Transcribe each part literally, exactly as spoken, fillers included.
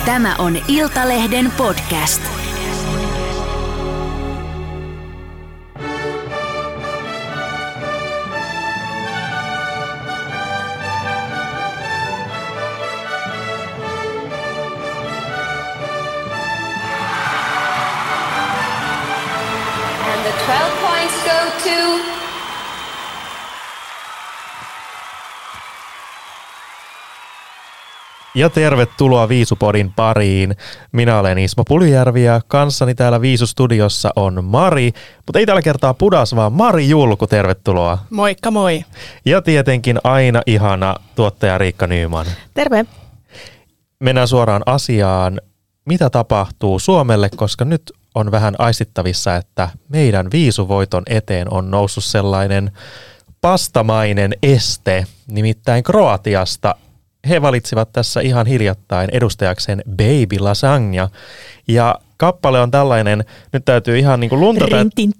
Tämä on Iltalehden podcast. And the twelve points go to... Ja tervetuloa Viisupodin pariin. Minä olen Ismo Puljärvi ja kanssani täällä Viisustudiossa on Mari, mutta ei tällä kertaa Pudas, vaan Mari Julku, tervetuloa. Moikka moi. Ja tietenkin aina ihana tuottaja Riikka Nyman. Terve. Mennään suoraan asiaan. Mitä tapahtuu Suomelle, koska nyt on vähän aistittavissa, että meidän Viisuvoiton eteen on noussut sellainen pastamainen este, nimittäin Kroatiasta. He valitsivat tässä ihan hiljattain edustajakseen Baby Lasagna, ja kappale on tällainen, nyt täytyy ihan niin kuin luntata.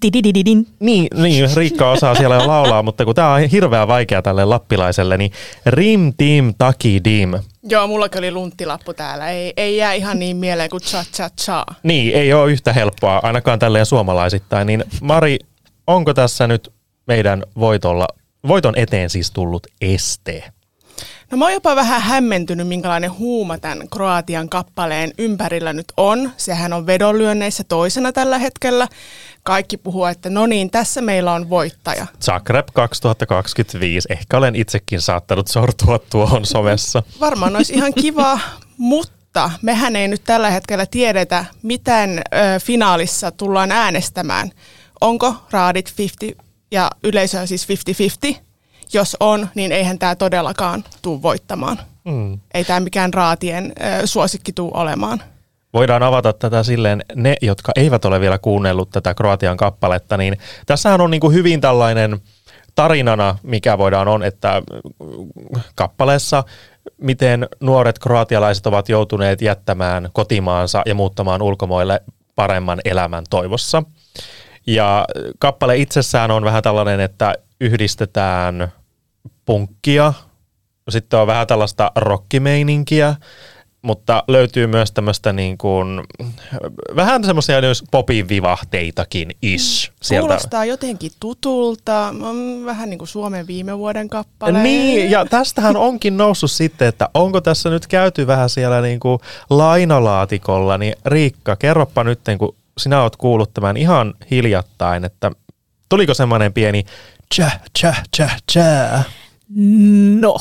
Niin, niin, Riikka osaa siellä jo laulaa, mutta kun tämä on hirveän vaikea tälle lappilaiselle, niin rim tim taki dim. Joo, mullakin oli lunttilappu täällä, ei, ei jää ihan niin mieleen kuin cha cha cha. Niin, ei ole yhtä helppoa, ainakaan tälleen suomalaisittain, niin Mari, onko tässä nyt meidän voitolla, voiton eteen siis tullut este? No mä oon jopa vähän hämmentynyt, minkälainen huuma tämän Kroatian kappaleen ympärillä nyt on. Sehän on vedonlyönneissä toisena tällä hetkellä. Kaikki puhuu, että no niin, tässä meillä on voittaja. Zagreb kaksituhattakaksikymmentäviisi. Ehkä olen itsekin saattanut sortua tuohon somessa. Varmaan olisi ihan kiva, mutta mehän ei nyt tällä hetkellä tiedetä, miten ö, finaalissa tullaan äänestämään. Onko raadit viisikymmentä ja yleisöä siis viisikymmentä viisikymmentä? Jos on, niin eihän tämä todellakaan tule voittamaan. Mm. Ei tämä mikään raatien ö, suosikki tule olemaan. Voidaan avata tätä silleen, ne, jotka eivät ole vielä kuunnellut tätä Kroatian kappaletta, niin tässähän on niin kuin hyvin tällainen tarinana, mikä voidaan on, että kappaleessa, miten nuoret kroatialaiset ovat joutuneet jättämään kotimaansa ja muuttamaan ulkomaille paremman elämän toivossa. Ja kappale itsessään on vähän tällainen, että yhdistetään punkkia, sitten on vähän tällaista rockimeininkiä, mutta löytyy myös tämmöistä niin kuin, vähän semmoisia popin vivahteitakin ish. Sieltä. Kuulostaa jotenkin tutulta, vähän niin kuin Suomen viime vuoden kappale. Niin, ja tästähän onkin noussut sitten, että onko tässä nyt käyty vähän siellä niin kuin lainalaatikolla, niin Riikka, kerropa nyt, kun sinä oot kuullut tämän ihan hiljattain, että tuliko semmoinen pieni tjä, tjä, tjä, tjä? No,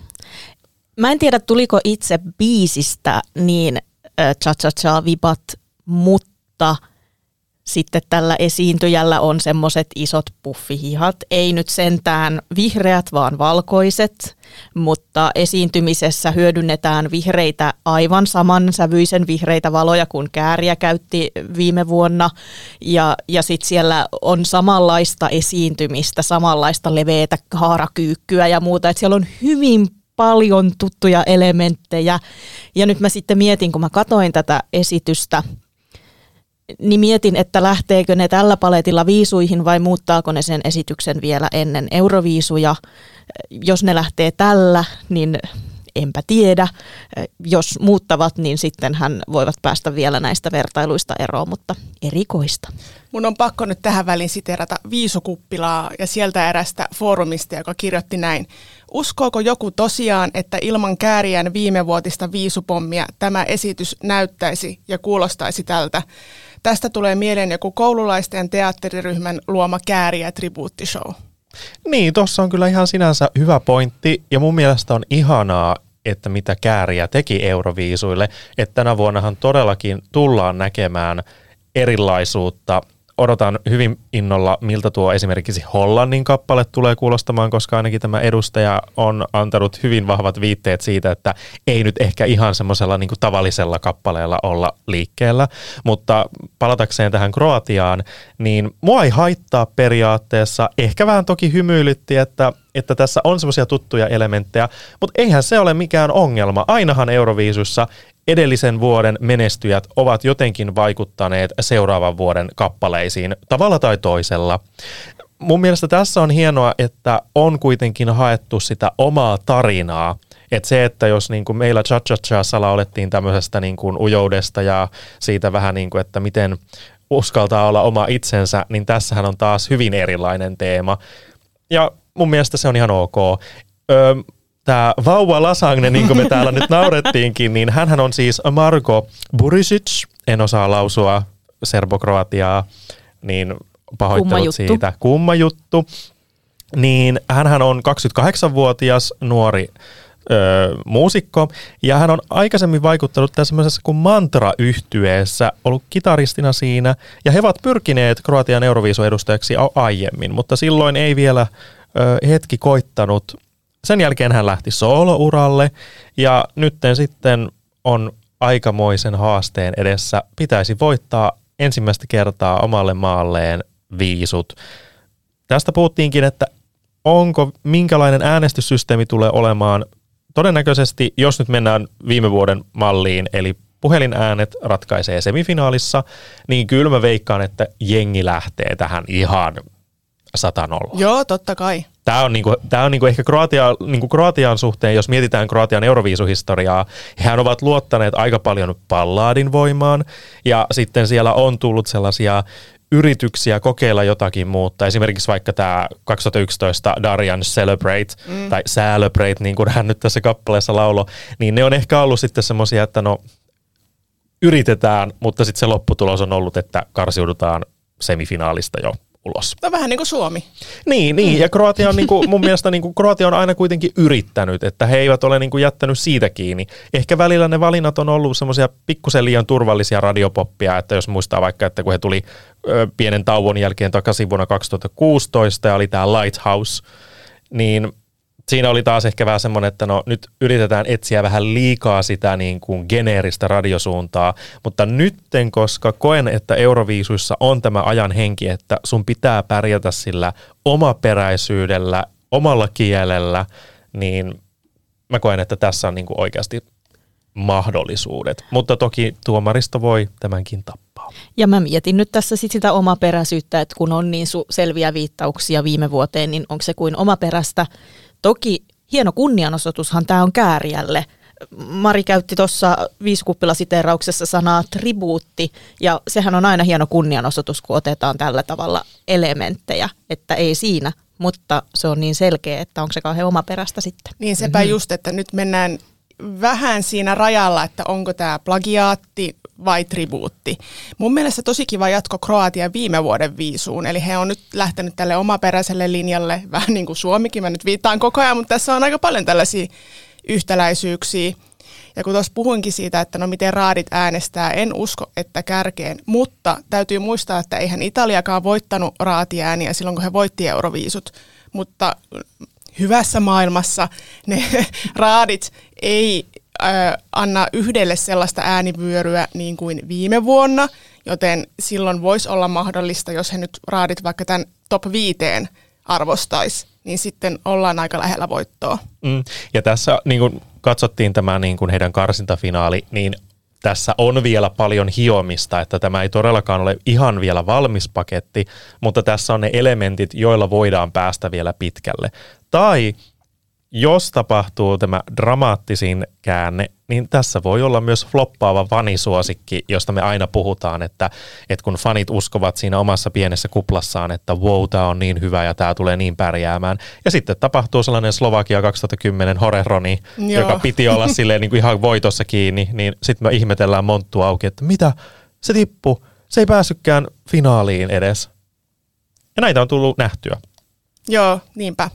mä en tiedä tuliko itse biisistä niin cha cha cha vibat, mutta sitten tällä esiintyjällä on semmoiset isot puffihihat, ei nyt sentään vihreät, vaan valkoiset, mutta esiintymisessä hyödynnetään vihreitä, aivan samansävyisen vihreitä valoja kuin Kääriä käytti viime vuonna, ja, ja sitten siellä on samanlaista esiintymistä, samanlaista leveätä haarakyykkyä ja muuta, että siellä on hyvin paljon tuttuja elementtejä, ja nyt mä sitten mietin, kun mä katoin tätä esitystä, niin mietin, että lähteekö ne tällä paletilla viisuihin vai muuttaako ne sen esityksen vielä ennen Euroviisuja. Jos ne lähtee tällä, niin enpä tiedä. Jos muuttavat, niin sitten hän voivat päästä vielä näistä vertailuista eroon, mutta erikoista. Mun on pakko nyt tähän väliin siterata Viisukuppilaa ja sieltä erästä foorumista, joka kirjoitti näin. Uskooko joku tosiaan, että ilman Kääriän viimevuotista viisupommia tämä esitys näyttäisi ja kuulostaisi tältä? Tästä tulee mieleen joku koululaisten teatteriryhmän luoma Kääriä tribuuttishow. Niin, tuossa on kyllä ihan sinänsä hyvä pointti, ja mun mielestä on ihanaa, että mitä Kääriä teki Euroviisuille, että tänä vuonnahan todellakin tullaan näkemään erilaisuutta. Odotan hyvin innolla, miltä tuo esimerkiksi Hollannin kappale tulee kuulostamaan, koska ainakin tämä edustaja on antanut hyvin vahvat viitteet siitä, että ei nyt ehkä ihan semmoisella niin kuin tavallisella kappaleella olla liikkeellä. Mutta palatakseen tähän Kroatiaan, niin mua ei haittaa periaatteessa, ehkä vähän toki hymyilytti, että, että tässä on semmoisia tuttuja elementtejä, mutta eihän se ole mikään ongelma. Ainahan Euroviisussa edellisen vuoden menestyjät ovat jotenkin vaikuttaneet seuraavan vuoden kappaleisiin tavalla tai toisella. mun mielestä tässä on hienoa, että on kuitenkin haettu sitä omaa tarinaa. Että se, että jos niin kuin meillä Cha-Cha-Chassa laulettiin tämmöisestä niin kuin ujoudesta ja siitä vähän niin kuin, että miten uskaltaa olla oma itsensä, niin tässähän on taas hyvin erilainen teema. Ja mun mielestä se on ihan ok. Öö, Tämä vauva Lasagne, niin kuin me täällä nyt naurettiinkin, niin hänhän on siis Marko Burisic, en osaa lausua serbokroatiaa, niin pahoittelut Kumma siitä. Kumma juttu. Niin hänhän on kaksikymmentäkahdeksanvuotias nuori öö, muusikko, ja hän on aikaisemmin vaikuttanut tässä semmoisessa kuin Mantra-yhtyeessä, ollut kitaristina siinä, ja he ovat pyrkineet Kroatian Euroviisu-edustajaksi aiemmin, mutta silloin ei vielä öö, hetki koittanut. Sen jälkeen hän lähti soolouralle, ja nytten sitten on aikamoisen haasteen edessä. Pitäisi voittaa ensimmäistä kertaa omalle maalleen viisut. Tästä puhuttiinkin, että onko, minkälainen äänestyssysteemi tulee olemaan. Todennäköisesti, jos nyt mennään viime vuoden malliin, eli puhelinäänet ratkaisee semifinaalissa, niin kyllä mä veikkaan, että jengi lähtee tähän ihan sata nolla. Joo, totta kai. Tämä on, niinku, tää on niinku ehkä Kroatia, niinku Kroatian suhteen, jos mietitään Kroatian Euroviisuhistoriaa, hehän ovat luottaneet aika paljon balladin voimaan, ja sitten siellä on tullut sellaisia yrityksiä kokeilla jotakin muuta. Esimerkiksi vaikka tämä kaksituhattayksitoista Darjan Celebrate, mm. tai Celebrate, niin kuin hän nyt tässä kappaleessa laulo, niin ne on ehkä ollut sitten semmoisia, että no yritetään, mutta sitten se lopputulos on ollut, että karsiudutaan semifinaalista jo ulos. No vähän niin kuin Suomi. Niin, niin. Ja Kroatia on niin kuin, mun mielestä niin kuin Kroatia on aina kuitenkin yrittänyt, että he eivät ole niin kuin jättänyt siitä kiinni. Ehkä välillä ne valinnat on ollut semmoisia pikkusen liian turvallisia radiopoppia, että jos muistaa vaikka, että kun he tuli ö, pienen tauon jälkeen takaisin vuonna kaksituhattakuusitoista ja oli tämä Lighthouse, niin siinä oli taas ehkä vähän semmoinen, että no nyt yritetään etsiä vähän liikaa sitä niin kuin geneeristä radiosuuntaa, mutta nytten, koska koen, että Euroviisuissa on tämä ajan henki, että sun pitää pärjätä sillä omaperäisyydellä, omalla kielellä, niin mä koen, että tässä on niin kuin oikeasti mahdollisuudet. Mutta toki tuomaristo voi tämänkin tappaa. Ja mä mietin nyt tässä sit sitä omaperäisyyttä, että kun on niin su- selviä viittauksia viime vuoteen, niin onko se kuin omaperäistä. Toki hieno kunnianosoitushan tämä on Kääriälle. Mari käytti tuossa viisukuppilasiteerauksessa sanaa tribuutti, ja sehän on aina hieno kunnianosoitus, kun otetaan tällä tavalla elementtejä, että ei siinä, mutta se on niin selkeä, että onko se kauhean omaperäistä sitten. Niin sepä mm-hmm. just, että nyt mennään vähän siinä rajalla, että onko tämä plagiaatti vai tribuutti. Mun mielestä tosi kiva jatko Kroatia viime vuoden viisuun, eli he on nyt lähtenyt tälle omaperäiselle linjalle, vähän niin kuin Suomikin, mä nyt viittaan koko ajan, mutta tässä on aika paljon tällaisia yhtäläisyyksiä. Ja kun tuossa puhuinkin siitä, että no miten raadit äänestää, en usko, että kärkeen, mutta täytyy muistaa, että eihän Italiakaan voittanut raatiääniä silloin, kun he voitti Euroviisut, mutta hyvässä maailmassa ne raadit ei äh, anna yhdelle sellaista äänivyöryä niin kuin viime vuonna, joten silloin voisi olla mahdollista, jos he nyt raadit vaikka tämän top viiteen arvostaisi, niin sitten ollaan aika lähellä voittoa. Mm. Ja tässä niin kun katsottiin tämä niin kun heidän karsintafinaali, niin tässä on vielä paljon hiomista, että tämä ei todellakaan ole ihan vielä valmis paketti, mutta tässä on ne elementit, joilla voidaan päästä vielä pitkälle. Tai jos tapahtuu tämä dramaattisin käänne, niin tässä voi olla myös floppaava fanisuosikki, josta me aina puhutaan, että, että kun fanit uskovat siinä omassa pienessä kuplassaan, että wow, tämä on niin hyvä ja tämä tulee niin pärjäämään. Ja sitten tapahtuu sellainen Slovakia kaksituhattakymmenen Horeroni, Joo. joka piti olla silleen niin kuin ihan voitossa kiinni, niin sitten me ihmetellään monttu auki, että mitä, se tippui, se ei päässytkään finaaliin edes. Ja näitä on tullut nähtyä. Joo, niinpä.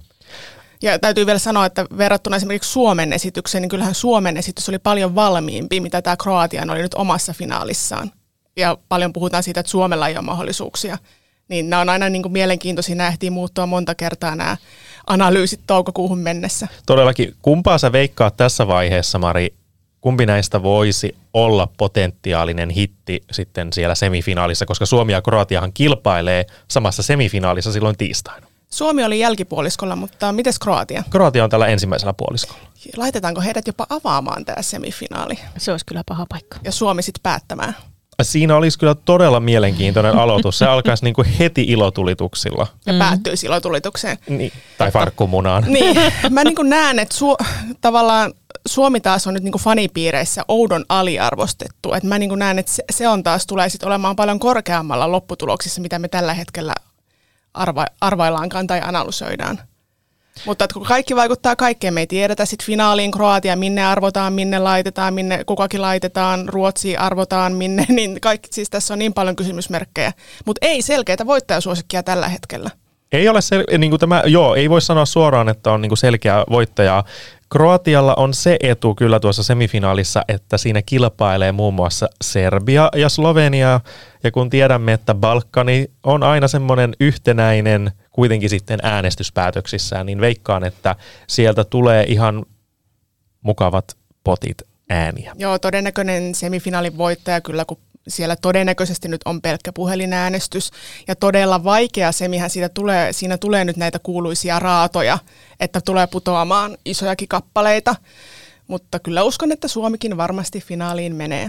Ja täytyy vielä sanoa, että verrattuna esimerkiksi Suomen esitykseen, niin kyllähän Suomen esitys oli paljon valmiimpi, mitä tämä Kroatian oli nyt omassa finaalissaan. Ja paljon puhutaan siitä, että Suomella ei ole mahdollisuuksia. Niin nämä on aina niin kuin mielenkiintoisia, nämä ehtii muuttua monta kertaa nämä analyysit toukokuuhun mennessä. Todellakin, kumpaa sä veikkaat tässä vaiheessa, Mari, kumpi näistä voisi olla potentiaalinen hitti sitten siellä semifinaalissa, koska Suomi ja Kroatiahan kilpailee samassa semifinaalissa silloin tiistaina? Suomi oli jälkipuoliskolla, mutta mites Kroatia? Kroatia on tällä ensimmäisellä puoliskolla. Laitetaanko heidät jopa avaamaan tämä semifinaali? Se olisi kyllä paha paikka. Ja Suomi sitten päättämään. Siinä olisi kyllä todella mielenkiintoinen aloitus. Se alkaisi niin kuin heti ilotulituksilla. Ja mm. päättyisi ilotulitukseen. Niin, tai farkkumunaan. Niin, mä niin kuin näen, että su- tavallaan Suomi taas on nyt niin kuin fanipiireissä oudon aliarvostettu. Et mä niin kuin näen, että se, se on taas tulee sit olemaan paljon korkeammalla lopputuloksissa, mitä me tällä hetkellä arva- arvaillaankaan tai analysoidaan. Mutta kun kaikki vaikuttaa kaikkeen, me ei tiedetä sitten finaaliin Kroatia, minne arvotaan, minne laitetaan, minne kukakin laitetaan, Ruotsi arvotaan, minne, niin kaikki, siis tässä on niin paljon kysymysmerkkejä. Mutta ei selkeitä voittajasuosikkia tällä hetkellä. Ei ole sel- niin kuin tämä, joo, ei voi sanoa suoraan, että on niin kuin selkeä voittaja. Kroatialla on se etu kyllä tuossa semifinaalissa, että siinä kilpailee muun muassa Serbia ja Slovenia. Ja kun tiedämme, että Balkani on aina semmoinen yhtenäinen kuitenkin sitten äänestyspäätöksissään, niin veikkaan, että sieltä tulee ihan mukavat potit ääniä. Joo, todennäköinen semifinaalin voittaja kyllä, kun siellä todennäköisesti nyt on pelkkä puhelinäänestys. Ja todella vaikea semihän siitä tulee, siinä tulee nyt näitä kuuluisia raatoja, että tulee putoamaan isojakin kappaleita. Mutta kyllä uskon, että Suomikin varmasti finaaliin menee.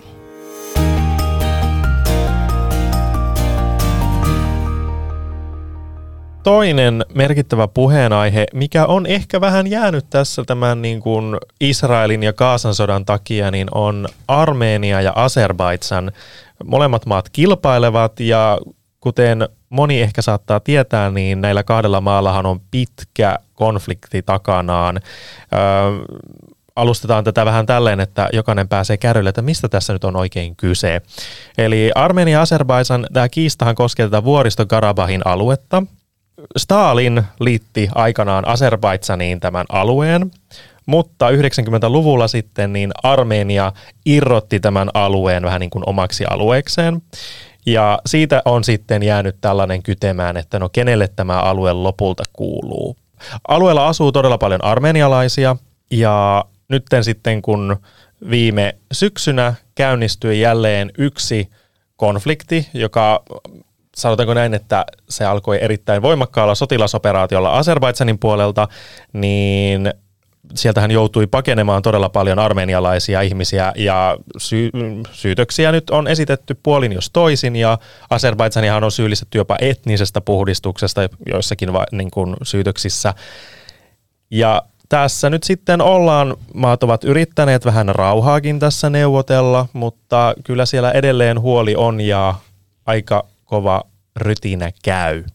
Toinen merkittävä puheenaihe, mikä on ehkä vähän jäänyt tässä tämän niin kuin Israelin ja Gazan sodan takia, niin on Armenia ja Azerbaidžan. Molemmat maat kilpailevat ja kuten moni ehkä saattaa tietää, niin näillä kahdella maallahan on pitkä konflikti takanaan. Öö, alustetaan tätä vähän tälleen, että jokainen pääsee kärrylle, että mistä tässä nyt on oikein kyse. Eli Armenia ja Azerbaidžan, tämä kiistahan koskee tätä Vuoristo-Karabahin aluetta. Stalin liitti aikanaan Azerbaidžaniin tämän alueen, mutta yhdeksänkymmentäluvulla sitten niin Armenia irrotti tämän alueen vähän niin kuin omaksi alueekseen. Ja siitä on sitten jäänyt tällainen kytemään, että no kenelle tämä alue lopulta kuuluu. Alueella asuu todella paljon armenialaisia ja nytten sitten kun viime syksynä käynnistyi jälleen yksi konflikti, joka sanotaanko näin, että se alkoi erittäin voimakkaalla sotilasoperaatiolla Azerbaidžanin puolelta, niin sieltähän joutui pakenemaan todella paljon armenialaisia ihmisiä ja sy- syytöksiä nyt on esitetty puolin jos toisin ja Azerbaidžanihan on syyllistetty jopa etnisestä puhdistuksesta joissakin va- niin kuin syytöksissä. Ja tässä nyt sitten ollaan, maat ovat yrittäneet vähän rauhaakin tässä neuvotella, mutta kyllä siellä edelleen huoli on ja aika kova rytinä käy.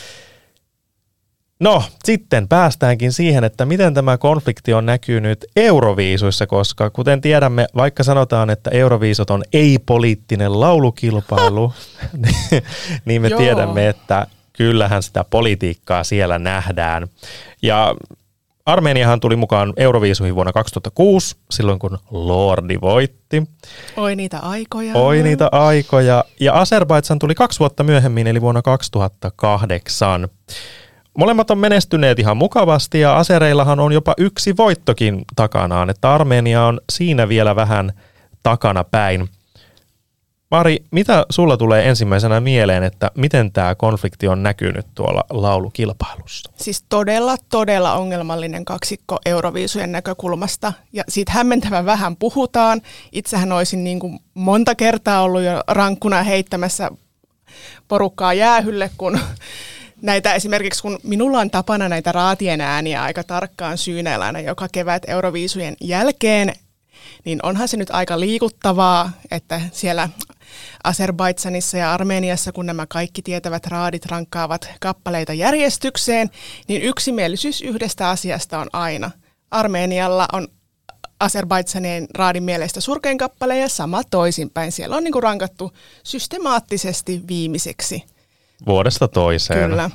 No, sitten päästäänkin siihen, että miten tämä konflikti on näkynyt Euroviisuissa, koska kuten tiedämme, vaikka sanotaan, että Euroviisut on ei-poliittinen laulukilpailu, niin me Joo. tiedämme, että kyllähän sitä politiikkaa siellä nähdään. Ja Armeniahan tuli mukaan Euroviisuihin vuonna kaksituhattakuusi, silloin kun Lordi voitti. Oi niitä aikoja. Oi niitä aikoja. Ja Azerbaidžan tuli kaksi vuotta myöhemmin, eli vuonna kaksituhattakahdeksan. Molemmat on menestyneet ihan mukavasti ja asereillahan on jopa yksi voittokin takanaan, että Armenia on siinä vielä vähän takana päin. Mari, mitä sulla tulee ensimmäisenä mieleen, että miten tämä konflikti on näkynyt tuolla laulukilpailussa? Siis todella, todella ongelmallinen kaksikko Euroviisujen näkökulmasta ja siitä hämmentävän vähän puhutaan. Itsehän olisin niin kuin monta kertaa ollut jo rankkuna heittämässä porukkaa jäähylle, kun näitä esimerkiksi, kun minulla on tapana näitä raatien ääniä aika tarkkaan syynäillä aina joka kevät Euroviisujen jälkeen, niin onhan se nyt aika liikuttavaa, että siellä Azerbaidžanissa ja Armeniassa, kun nämä kaikki tietävät raadit rankkaavat kappaleita järjestykseen, niin yksimielisyys yhdestä asiasta on aina. Armenialla on Azerbaidžanin raadin mielestä surkein kappale ja sama toisinpäin. Siellä on niin kuin rankattu systemaattisesti viimeiseksi. Vuodesta toiseen. Kyllä.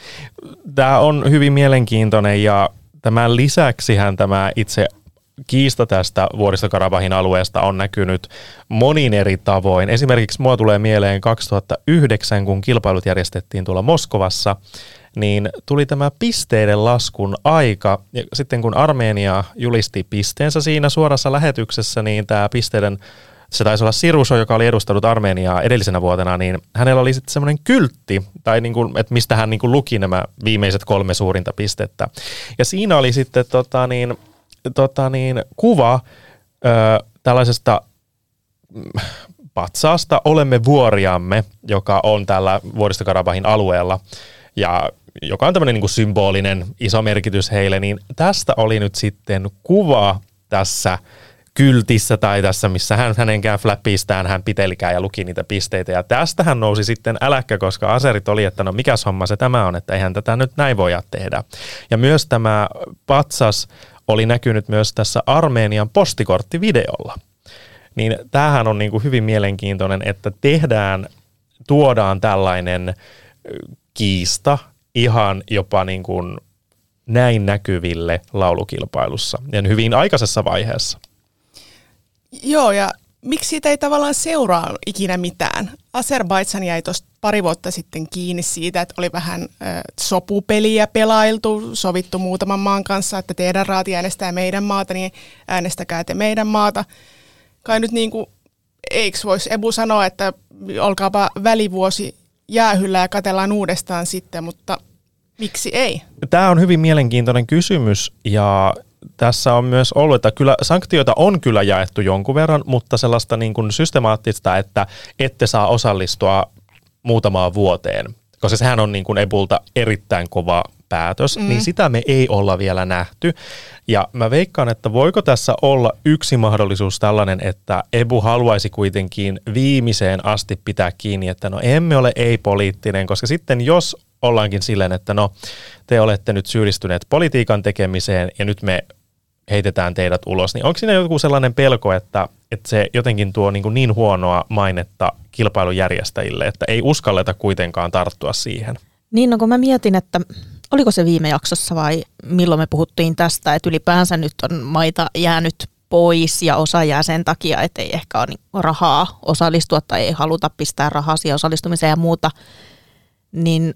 Tämä on hyvin mielenkiintoinen ja tämän lisäksihän tämä itse kiista tästä Vuoristo-Karabahin alueesta on näkynyt monin eri tavoin. Esimerkiksi mua tulee mieleen kaksituhattayhdeksän, kun kilpailut järjestettiin tuolla Moskovassa, niin tuli tämä pisteiden laskun aika. Ja sitten kun Armenia julisti pisteensä siinä suorassa lähetyksessä, niin tämä pisteiden, se taisi olla Siruso, joka oli edustanut Armeniaa edellisenä vuotena, niin hänellä oli sitten semmoinen kyltti, tai niin kuin, että mistä hän niin kuin luki nämä viimeiset kolme suurinta pistettä. Ja siinä oli sitten tota niin, Tota niin, kuva ö, tällaisesta patsaasta Olemme vuoriamme, joka on täällä Vuoristo-Karabahin alueella ja joka on tämmöinen niin kuin symbolinen iso merkitys heille, niin tästä oli nyt sitten kuva tässä kyltissä tai tässä, missä hän hänenkään flappistään hän pitelikään ja luki niitä pisteitä. Ja tästähän nousi sitten äläkkä, koska aserit oli, että no mikäs homma se tämä on, että eihän tätä nyt näin voida tehdä. Ja myös tämä patsas oli näkynyt myös tässä Armenian postikorttivideolla. Niin tämähän on niin kuin hyvin mielenkiintoinen, että tehdään, tuodaan tällainen kiista ihan jopa niin kuin näin näkyville laulukilpailussa ja hyvin aikaisessa vaiheessa. Joo, ja miksi siitä ei tavallaan seuraa ikinä mitään? Azerbaidžan jäi tuosta pari vuotta sitten kiinni siitä, että oli vähän ö, sopupeliä pelailtu, sovittu muutaman maan kanssa, että teidän raati äänestää meidän maata, niin äänestäkää te meidän maata. Kai nyt niin kuin, eikö voisi Ebu sanoa, että olkaapa välivuosi jäähyllä ja katsellaan uudestaan sitten, mutta miksi ei? Tämä on hyvin mielenkiintoinen kysymys ja tässä on myös ollut, että kyllä sanktioita on kyllä jaettu jonkun verran, mutta sellaista niin kuin systemaattista, että ette saa osallistua muutamaan vuoteen, koska sehän on niin kuin Ebulta erittäin kova päätös, mm. niin sitä me ei olla vielä nähty. Ja mä veikkaan, että voiko tässä olla yksi mahdollisuus tällainen, että Ebu haluaisi kuitenkin viimeiseen asti pitää kiinni, että no emme ole ei-poliittinen, koska sitten jos ollaankin silleen, että no te olette nyt syyllistyneet politiikan tekemiseen ja nyt me heitetään teidät ulos, niin onko siinä joku sellainen pelko, että, että se jotenkin tuo niin, kuin niin huonoa mainetta kilpailujärjestäjille, että ei uskalleta kuitenkaan tarttua siihen? Niin, no kun mä mietin, että oliko se viime jaksossa vai milloin me puhuttiin tästä, että ylipäänsä nyt on maita jäänyt pois ja osa jää sen takia, että ei ehkä ole rahaa osallistua tai ei haluta pistää rahaa siihen osallistumiseen ja muuta, niin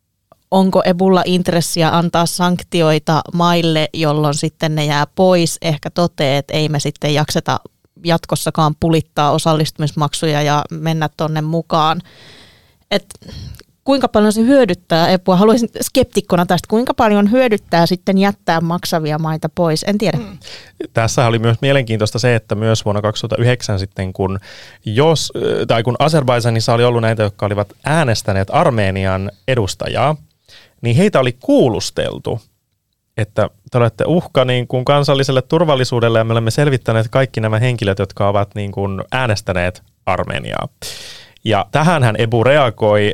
onko Ebulla intressiä antaa sanktioita maille, jolloin sitten ne jää pois, ehkä toteaa, että ei me sitten jakseta jatkossakaan pulittaa osallistumismaksuja ja mennä tonne mukaan. Et kuinka paljon se hyödyttää Ebua? Haluaisin skeptikkona tästä, kuinka paljon hyödyttää sitten jättää maksavia maita pois? En tiedä. Mm. Tässä oli myös mielenkiintoista se, että myös vuonna kaksituhattayhdeksän sitten, kun, jos, tai kun Azerbaidžanissa oli ollut näitä, jotka olivat äänestäneet Armenian edustajaa, niin heitä oli kuulusteltu, että te olette uhka niin kuin kansalliselle turvallisuudelle ja me olemme selvittäneet kaikki nämä henkilöt, jotka ovat niin kuin äänestäneet Armeniaa. Ja tähänhän Ebu reagoi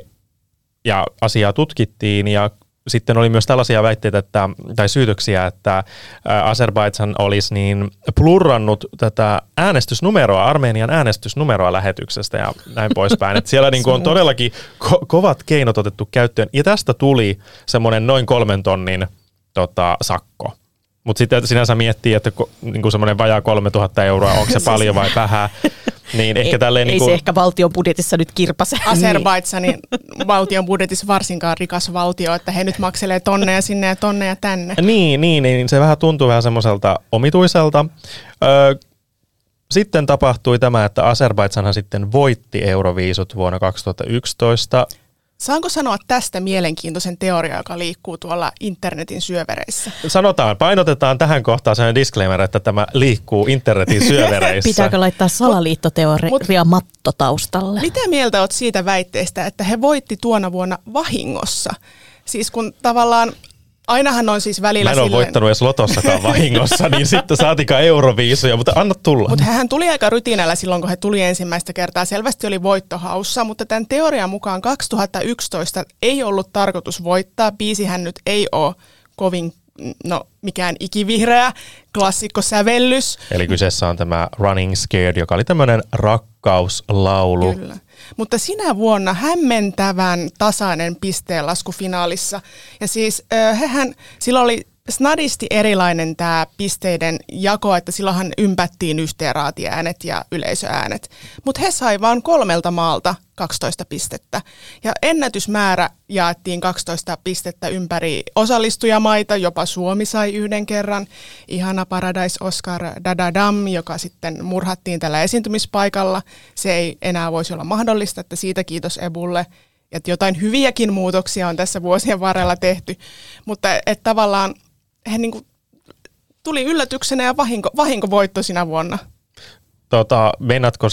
ja asiaa tutkittiin ja sitten oli myös tällaisia väitteitä että, tai syytöksiä, että Azerbaidžan olisi niin plurrannut tätä äänestysnumeroa, Armenian äänestysnumeroa lähetyksestä ja näin poispäin. Että siellä niin kuin on todellakin ko- kovat keinot otettu käyttöön ja tästä tuli semmoinen noin kolmen tonnin tota, sakko. Mutta sitten sinänsä miettii, että ko- niin kuin semmoinen vajaa kolmetuhatta euroa, onko se paljon vai vähän. Niin ehkä ei, tälleen ei niin kuin se ehkä valtion budjetissa nyt kirpase. Azerbaidžanin valtion budjetissa varsinkaan rikas valtio, että he nyt makselee tonneja sinne ja tonneja tänne. Niin, niin, niin se vähän tuntuu vähän semmoiselta omituiselta. Öö, sitten tapahtui tämä, että Azerbaidžanhan sitten voitti Euroviisut vuonna kaksituhattayksitoista. Saanko sanoa tästä mielenkiintoisen teorian, joka liikkuu tuolla internetin syövereissä? Sanotaan, painotetaan tähän kohtaan sellainen disclaimer, että tämä liikkuu internetin syövereissä. Pitääkö laittaa salaliittoteoria Mut, matto taustalle? Mitä mieltä olet siitä väitteestä, että he voitti tuona vuonna vahingossa? Siis kun tavallaan ainahan on siis välillä Mä en ole silleen voittanut edes lotossakaan vahingossa, niin sitten saatikaan Euroviisuja, mutta anna tulla. Mutta hän tuli aika rytinällä silloin, kun he tuli ensimmäistä kertaa. Selvästi oli voittohaussa, mutta tämän teorian mukaan kaksituhattayksitoista ei ollut tarkoitus voittaa. Biisihän nyt ei ole kovin, no mikään ikivihreä klassikkosävellys. Eli kyseessä on tämä Running Scared, joka oli tämmöinen rakkauslaulu. Kyllä. Mutta sinä vuonna hämmentävän tasainen pisteenlasku finaalissa. Ja siis äh, hehän, silloin oli snadisti erilainen tämä pisteiden jako, että silloinhan ympättiin yhteenraatiäänet ja yleisöäänet. Mutta he sai vaan kolmelta maalta kaksitoista pistettä. Ja ennätysmäärä jaettiin kaksitoista pistettä ympäri osallistujamaita, jopa Suomi sai yhden kerran. Ihana Paradise Oscar Dadadam, joka sitten murhattiin tällä esiintymispaikalla. Se ei enää voisi olla mahdollista, että siitä kiitos Ebulle. Että jotain hyviäkin muutoksia on tässä vuosien varrella tehty, mutta että tavallaan he niin kuin tuli yllätyksenä ja vahinko, vahinkovoitto sinä vuonna. Tota, meinaatko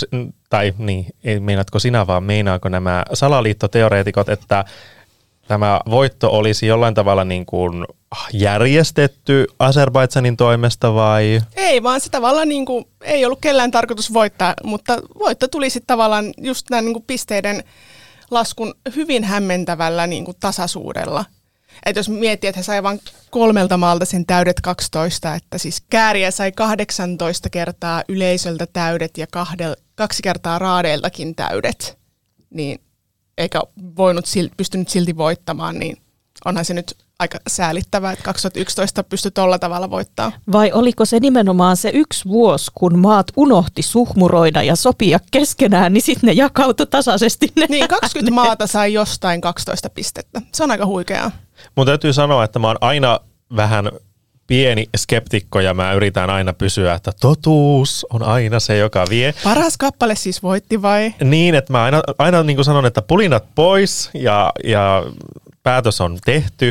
tai niin, ei meinaatko sinä, vaan meinaako nämä salaliittoteoreetikot, että tämä voitto olisi jollain tavalla niin kuin järjestetty Azerbaidžanin toimesta vai? Ei, vaan se tavallaan niin kuin, ei ollut kellään tarkoitus voittaa, mutta voitto tuli sitten tavallaan just tämän niin kuin pisteiden laskun hyvin hämmentävällä niin kuin tasaisuudella. Että jos miettii, että he sai vain kolmelta maalta sen täydet kaksitoista, että siis Kääriä sai kahdeksantoista kertaa yleisöltä täydet ja kahdel, kaksi kertaa raadeiltakin täydet, niin eikä voinut, pystynyt silti voittamaan, niin onhan se nyt aika säälittävää, että kaksituhattayksitoista pystyi tolla tavalla voittaa. Vai oliko se nimenomaan se yksi vuosi, kun maat unohti suhmuroida ja sopia keskenään, niin sitten ne jakautui tasaisesti ne Niin, kaksikymmentä maata sai jostain kaksitoista pistettä. Se on aika huikeaa. Mun täytyy sanoa, että mä oon aina vähän pieni skeptikko ja mä yritän aina pysyä, että totuus on aina se, joka vie. Paras kappale siis voitti vai? Niin, että mä aina, aina niin kuin sanon, että pulinat pois ja, ja päätös on tehty.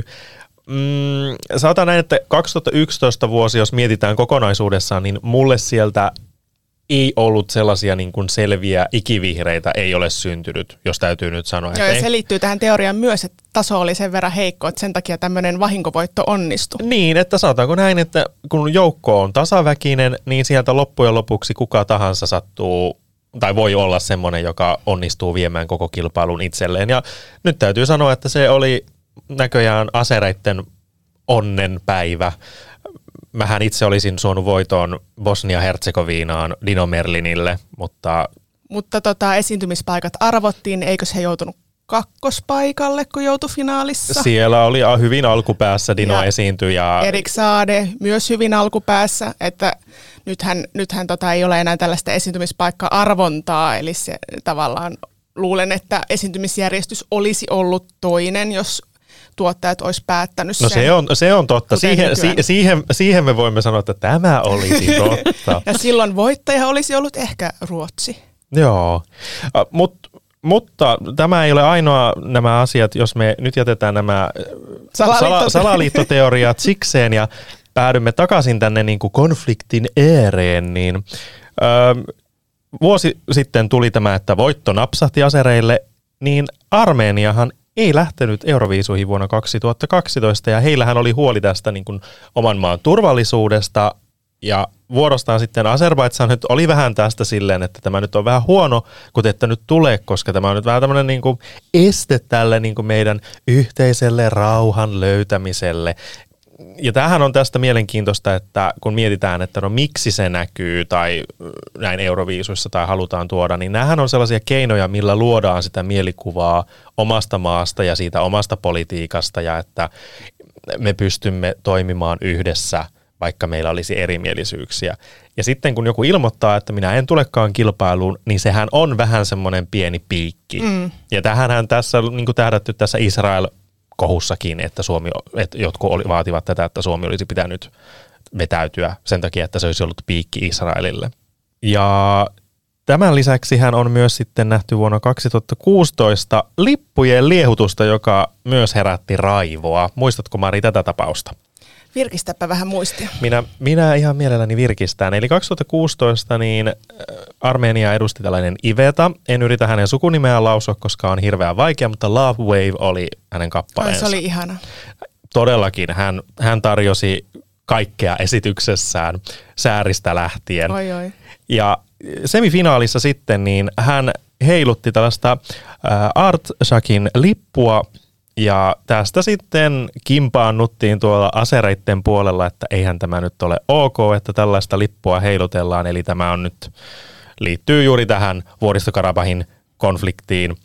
Mm, sanotaan näin, että kaksituhattayksitoista vuosi, jos mietitään kokonaisuudessaan, niin mulle sieltä ei ollut sellaisia niin kuin selviä ikivihreitä, ei ole syntynyt, jos täytyy nyt sanoa. Joo, ja ei. se liittyy tähän teoriaan myös, että taso oli sen verran heikko, että sen takia tämmöinen vahinkovoitto onnistui. Niin, että sanotaanko näin, että kun joukko on tasaväkinen, niin sieltä loppujen lopuksi kuka tahansa sattuu tai voi olla semmoinen, joka onnistuu viemään koko kilpailun itselleen. Ja nyt täytyy sanoa, että se oli näköjään asereitten onnenpäivä. Mähän itse olisin suonut voitoon Bosnia-Herzegovinaan Dino Merlinille, mutta... Mutta tota, esiintymispaikat arvottiin, eikö se joutunut kakkospaikalle, kun joutui finaalissa? Siellä oli hyvin alkupäässä Dino ja esiintyi. Ja Erik Saade myös hyvin alkupäässä, että nythän, nythän tota ei ole enää tällaista esiintymispaikka-arvontaa, eli se tavallaan luulen, että esiintymisjärjestys olisi ollut toinen, jos tuottajat olisi päättänyt no sen. se on, se on totta. Siihen, si, siihen, siihen me voimme sanoa, että tämä olisi totta. Ja silloin voittaja olisi ollut ehkä Ruotsi. Joo, Mut, mutta tämä ei ole ainoa nämä asiat, jos me nyt jätetään nämä Salaliitto- salaliittoteoriat sikseen ja päädymme takaisin tänne niin kuin konfliktin ääreen, niin ö, vuosi sitten tuli tämä, että voitto napsahti asereille, niin Armeniahan ei lähtenyt Euroviisuihin vuonna kaksituhattakaksitoista ja heillähän oli huoli tästä niin kuin oman maan turvallisuudesta ja vuorostaan sitten Azerbaidžan nyt oli vähän tästä silleen, että tämä nyt on vähän huono, kun te ette nyt tule, koska tämä on nyt vähän tämmöinen niin kuin este tälle niin kuin meidän yhteiselle rauhan löytämiselle. Ja tämähän on tästä mielenkiintoista, että kun mietitään, että no miksi se näkyy tai näin Euroviisuissa tai halutaan tuoda, niin nämähän on sellaisia keinoja, millä luodaan sitä mielikuvaa omasta maasta ja siitä omasta politiikasta ja että me pystymme toimimaan yhdessä, vaikka meillä olisi erimielisyyksiä. Ja sitten kun joku ilmoittaa, että minä en tulekaan kilpailuun, niin sehän on vähän semmoinen pieni piikki. Mm. Ja tähänhän tässä niin kuin tähdätty tässä Israel kohussakin, että, Suomi, että jotkut oli, vaativat tätä, että Suomi olisi pitänyt vetäytyä sen takia, että se olisi ollut piikki Israelille. Ja tämän lisäksi hän on myös sitten nähty vuonna kaksituhattakuusitoista lippujen liehutusta, joka myös herätti raivoa. Muistatko, Mari, tätä tapausta? Virkistäpä vähän muistia. Minä, minä ihan mielelläni virkistään. Eli kaksituhattakuusitoista niin Armenia edusti tällainen Iveta. En yritä hänen sukunimeään lausua, koska on hirveän vaikea, mutta Love Wave oli hänen kappaleensa. Se oli ihana. Todellakin. Hän, hän tarjosi kaikkea esityksessään sääristä lähtien. Oi, oi. Ja semifinaalissa sitten niin hän heilutti tällaista äh, Artshakin lippua. Ja tästä sitten kimpaannuttiin tuolla asereitten puolella, että eihän tämä nyt ole ok, että tällaista lippua heilutellaan. Eli tämä on nyt, liittyy juuri tähän Vuoristo-Karabahin konfliktiin.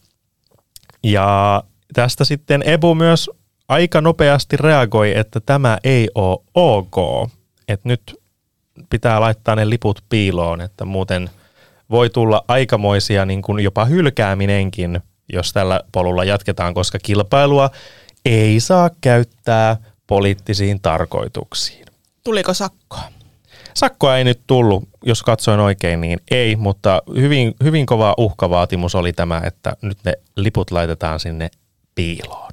Ja tästä sitten Ebu myös aika nopeasti reagoi, että tämä ei ole ok. Että nyt pitää laittaa ne liput piiloon, että muuten voi tulla aikamoisia niin kuin jopa hylkääminenkin, jos tällä polulla jatketaan, koska kilpailua ei saa käyttää poliittisiin tarkoituksiin. Tuliko sakkoa? Sakkoa ei nyt tullut, jos katsoin oikein, niin ei, mutta hyvin, hyvin kova uhkavaatimus oli tämä, että nyt ne liput laitetaan sinne piiloon.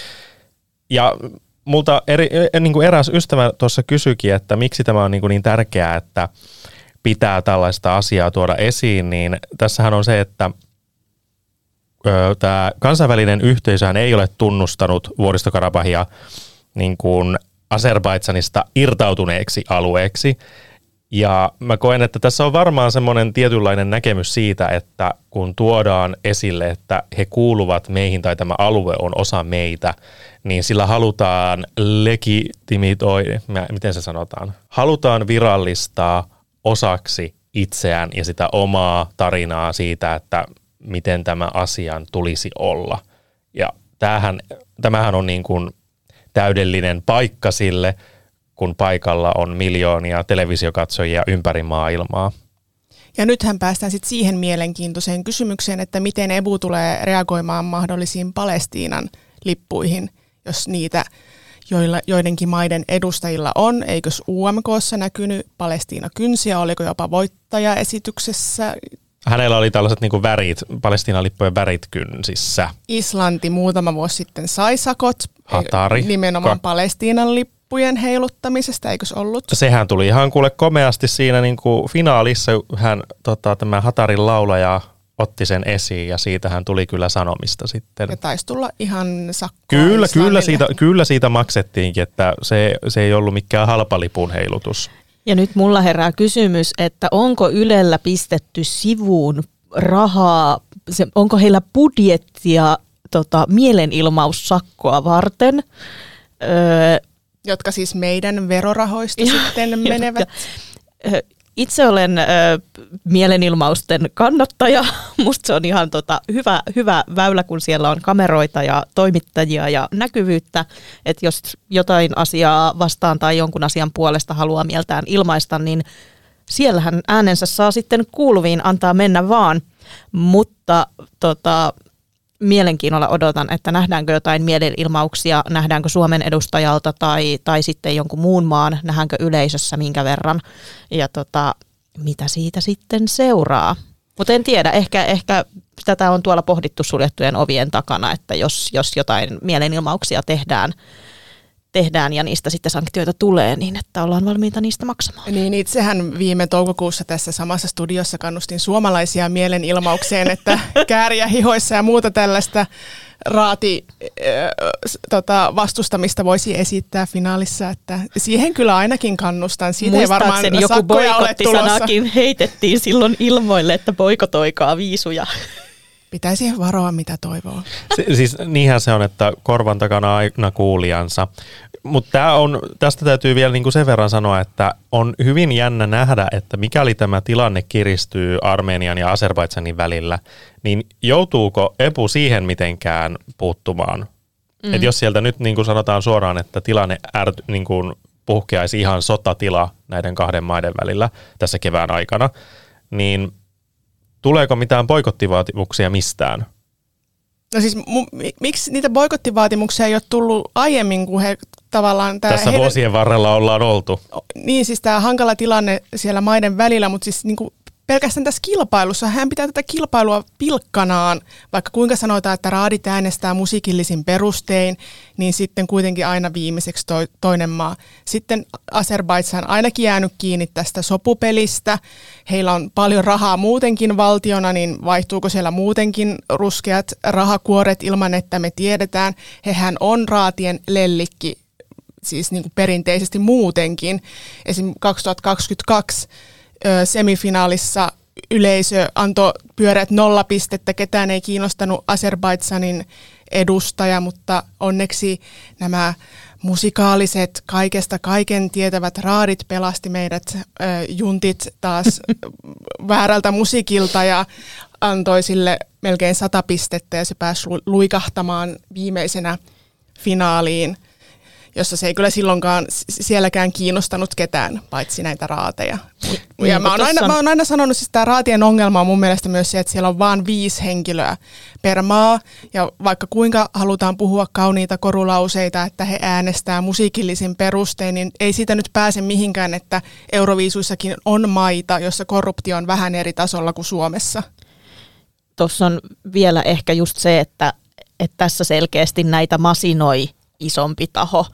Ja multa eri, niin kuin eräs ystävä tuossa kysyikin, että miksi tämä on niin, kuin niin tärkeää, että pitää tällaista asiaa tuoda esiin, niin tässähän on se, että tämä kansainvälinen yhteisöhän ei ole tunnustanut Vuoristo-Karabahia niin kuin Azerbaidžanista irtautuneeksi alueeksi. Ja mä koen, että tässä on varmaan semmoinen tietynlainen näkemys siitä, että kun tuodaan esille, että he kuuluvat meihin tai tämä alue on osa meitä, niin sillä halutaan legitimitoida, miten se sanotaan, halutaan virallistaa osaksi itseään ja sitä omaa tarinaa siitä, että miten tämä asian tulisi olla. Ja tämähän, tämähän on niin kuin täydellinen paikka sille, kun paikalla on miljoonia televisiokatsojia ympäri maailmaa. Ja nythän päästään sitten siihen mielenkiintoiseen kysymykseen, että miten E B U tulee reagoimaan mahdollisiin Palestiinan lippuihin, jos niitä joilla, joidenkin maiden edustajilla on. Eikös U M K:ssa näkynyt Palestiina-kynsiä, oliko jopa voittajaesityksessä? Hänellä oli tällaiset niin kuin värit, Palestiinan lippujen värit kynsissä. Islanti muutama vuosi sitten sai sakot, Hatari. nimenomaan Ka- Palestiinan lippujen heiluttamisesta, eikös ollut? Sehän tuli ihan kuule komeasti siinä niin kuin finaalissa, hän tota, tämä Hatarin laulaja otti sen esiin ja siitähän tuli kyllä sanomista sitten. Ja taisi tulla ihan sakkoa Kyllä, kyllä siitä, kyllä siitä maksettiinkin, että se, se ei ollut mikään halpa lipun heilutus. Ja nyt mulla herää kysymys, että onko Ylellä pistetty sivuun rahaa, se, onko heillä budjettia tota, mielenilmaussakkoa varten? Öö, Jotka siis meidän verorahoista ja, sitten menevät. Ja, ja, itse olen ö, mielenilmausten kannattaja. Musta se on ihan tota, hyvä, hyvä väylä, kun siellä on kameroita ja toimittajia ja näkyvyyttä. Että jos jotain asiaa vastaan tai jonkun asian puolesta haluaa mieltään ilmaista, niin siellähän äänensä saa sitten kuuluviin antaa mennä vaan. Mutta tota, mielenkiinnolla odotan, että nähdäänkö jotain mielenilmauksia, nähdäänkö Suomen edustajalta tai, tai sitten jonkun muun maan, nähdäänkö yleisössä minkä verran ja tota, mitä siitä sitten seuraa. Mutta en tiedä, ehkä, ehkä tätä on tuolla pohdittu suljettujen ovien takana, että jos, jos jotain mielenilmauksia tehdään, tehdään ja niistä sitten sanktioita tulee, niin että ollaan valmiita niistä maksamaan. Niin itsehän viime toukokuussa tässä samassa studiossa kannustin suomalaisia mielenilmaukseen, että kääriä hihoissa ja muuta tällaista raati äh, tota, vastustamista voisi esittää finaalissa, että siihen kyllä ainakin kannustan. Siitä ei varmaan joku boikottisanakin heitettiin silloin ilmoille, että boikotoikaa viisuja. Pitäisi varoa, mitä toivoo. Se, siis niinhän se on, että korvan takana aina kuulijansa. Mutta tästä täytyy vielä niinku sen verran sanoa, että on hyvin jännä nähdä, että mikäli tämä tilanne kiristyy Armenian ja Azerbaidžanin välillä, niin joutuuko E B U siihen mitenkään puuttumaan? Mm. Et jos sieltä nyt niin kuin sanotaan suoraan, että tilanne ärt, niin kuin puhkeaisi ihan sotatila näiden kahden maiden välillä tässä kevään aikana, niin tuleeko mitään boikottivaatimuksia mistään? No siis mu- miksi niitä boikottivaatimuksia ei ole tullut aiemmin, kun he tavallaan... Tää Tässä heidän, vuosien varrella ollaan oltu. Niin, siis tämä hankala tilanne siellä maiden välillä, mutta siis niinku pelkästään tässä kilpailussa, hän pitää tätä kilpailua pilkkanaan, vaikka kuinka sanotaan, että raadit äänestää musiikillisin perustein, niin sitten kuitenkin aina viimeiseksi toi, toinen maa. Sitten Azerbaidžan ainakin jäänyt kiinni tästä sopupelistä. Heillä on paljon rahaa muutenkin valtiona, niin vaihtuuko siellä muutenkin ruskeat rahakuoret ilman, että me tiedetään. Hehän on raatien lellikki, siis niin kuin perinteisesti muutenkin. Esimerkiksi kaksituhattakaksikymmentäkaksi semifinaalissa yleisö antoi pyöreät nollapistettä, ketään ei kiinnostanut Azerbaidžanin edustaja, mutta onneksi nämä musikaaliset, kaikesta kaiken tietävät raadit pelasti meidät äh, juntit taas väärältä musiikilta ja antoi sille melkein sata pistettä ja se pääsi luikahtamaan viimeisenä finaaliin, jossa se ei kyllä silloinkaan sielläkään kiinnostanut ketään, paitsi näitä raateja. Ja niin, mä, oon aina, mä oon aina sanonut, että tämä raatien ongelma on mun mielestä myös se, että siellä on vain viisi henkilöä per maa, ja vaikka kuinka halutaan puhua kauniita korulauseita, että he äänestää musiikillisin perustein, niin ei siitä nyt pääse mihinkään, että Euroviisuissakin on maita, jossa korruptio on vähän eri tasolla kuin Suomessa. Tuossa on vielä ehkä just se, että, että tässä selkeästi näitä masinoi isompi taho,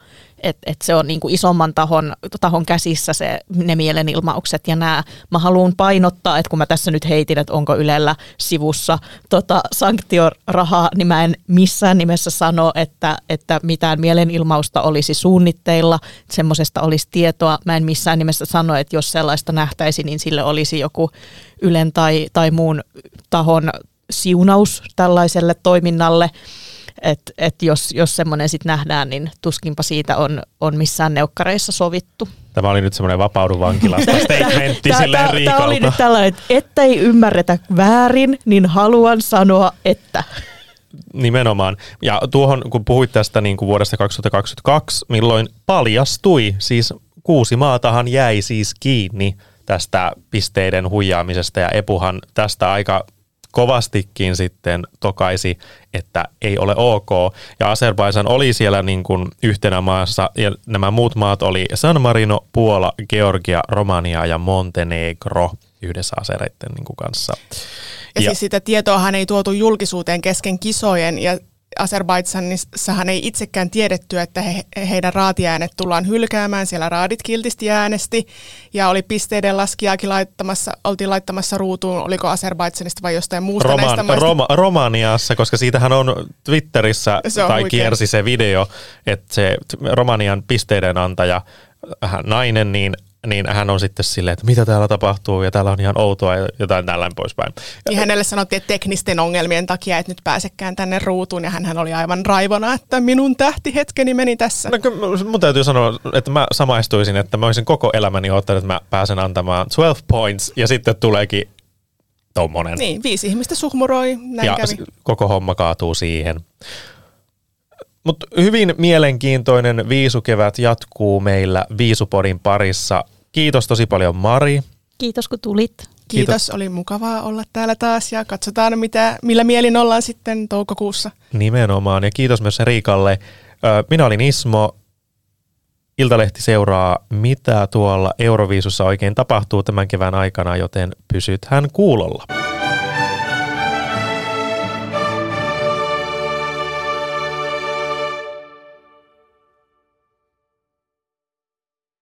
että et se on niinku isomman tahon, tahon käsissä se, ne mielenilmaukset ja nämä. Mä haluan painottaa, että kun mä tässä nyt heitin, että onko Ylellä sivussa tota sanktiorahaa, niin mä en missään nimessä sano, että, että mitään mielenilmausta olisi suunnitteilla, semmoisesta olisi tietoa. Mä en missään nimessä sano, että jos sellaista nähtäisi, niin sille olisi joku Ylen tai, tai muun tahon siunaus tällaiselle toiminnalle. Että et jos, jos semmoinen sitten nähdään, niin tuskinpa siitä on, on missään neukkareissa sovittu. Tämä oli nyt semmoinen vapaudu vankilasta statementti silleen Riikalta. Tämä oli nyt tällainen, että ettei ymmärretä väärin, niin haluan sanoa, että... Nimenomaan. Ja tuohon, kun puhuit tästä niin kuin vuodesta kaksituhattakaksikymmentäkaksi, milloin paljastui, siis kuusi maatahan jäi siis kiinni tästä pisteiden huijaamisesta, ja Epuhan tästä aika kovastikin sitten tokaisi, että ei ole ok. Ja Azerbaidžan oli siellä niin kuin yhtenä maassa, ja nämä muut maat oli San Marino, Puola, Georgia, Romania ja Montenegro yhdessä asereiden niin kuin kanssa. Ja, ja siis sitä tietoahan ei tuotu julkisuuteen kesken kisojen, ja Azerbaidžanissahan ei itsekään tiedetty, että he, heidän raatiäänet tullaan hylkäämään. Siellä raadit kiltisti äänesti ja oli pisteiden laskijaakin laittamassa, oltiin laittamassa ruutuun, oliko Azerbaidžanista vai jostain muusta Roman, näistä maista. Roma, Romaniassa, koska siitähän on Twitterissä se on tai huikea. kiersi se video, että se Romanian pisteiden antaja, nainen, niin niin hän on sitten silleen, että mitä täällä tapahtuu ja täällä on ihan outoa ja jotain tällainen poispäin. Niin hänelle sanottiin, että teknisten ongelmien takia et nyt pääsekään tänne ruutuun, ja hän oli aivan raivona, että minun tähtihetkeni meni tässä. No, mun täytyy sanoa, että mä samaistuisin, että mä olisin koko elämäni odottanut, että mä pääsen antamaan twelve points ja sitten tuleekin tommonen. Niin, viisi ihmistä suhmuroi, näin ja kävi. Koko homma kaatuu siihen. Mutta hyvin mielenkiintoinen viisukevät jatkuu meillä Viisupodin parissa. Kiitos tosi paljon, Mari. Kiitos kun tulit. Kiitos, Kiitos. oli mukavaa olla täällä taas ja katsotaan mitä, millä mielin ollaan sitten toukokuussa. Nimenomaan, ja kiitos myös Riikalle. Minä olin Ismo. Iltalehti seuraa, mitä tuolla Euroviisussa oikein tapahtuu tämän kevään aikana, joten pysythän kuulolla.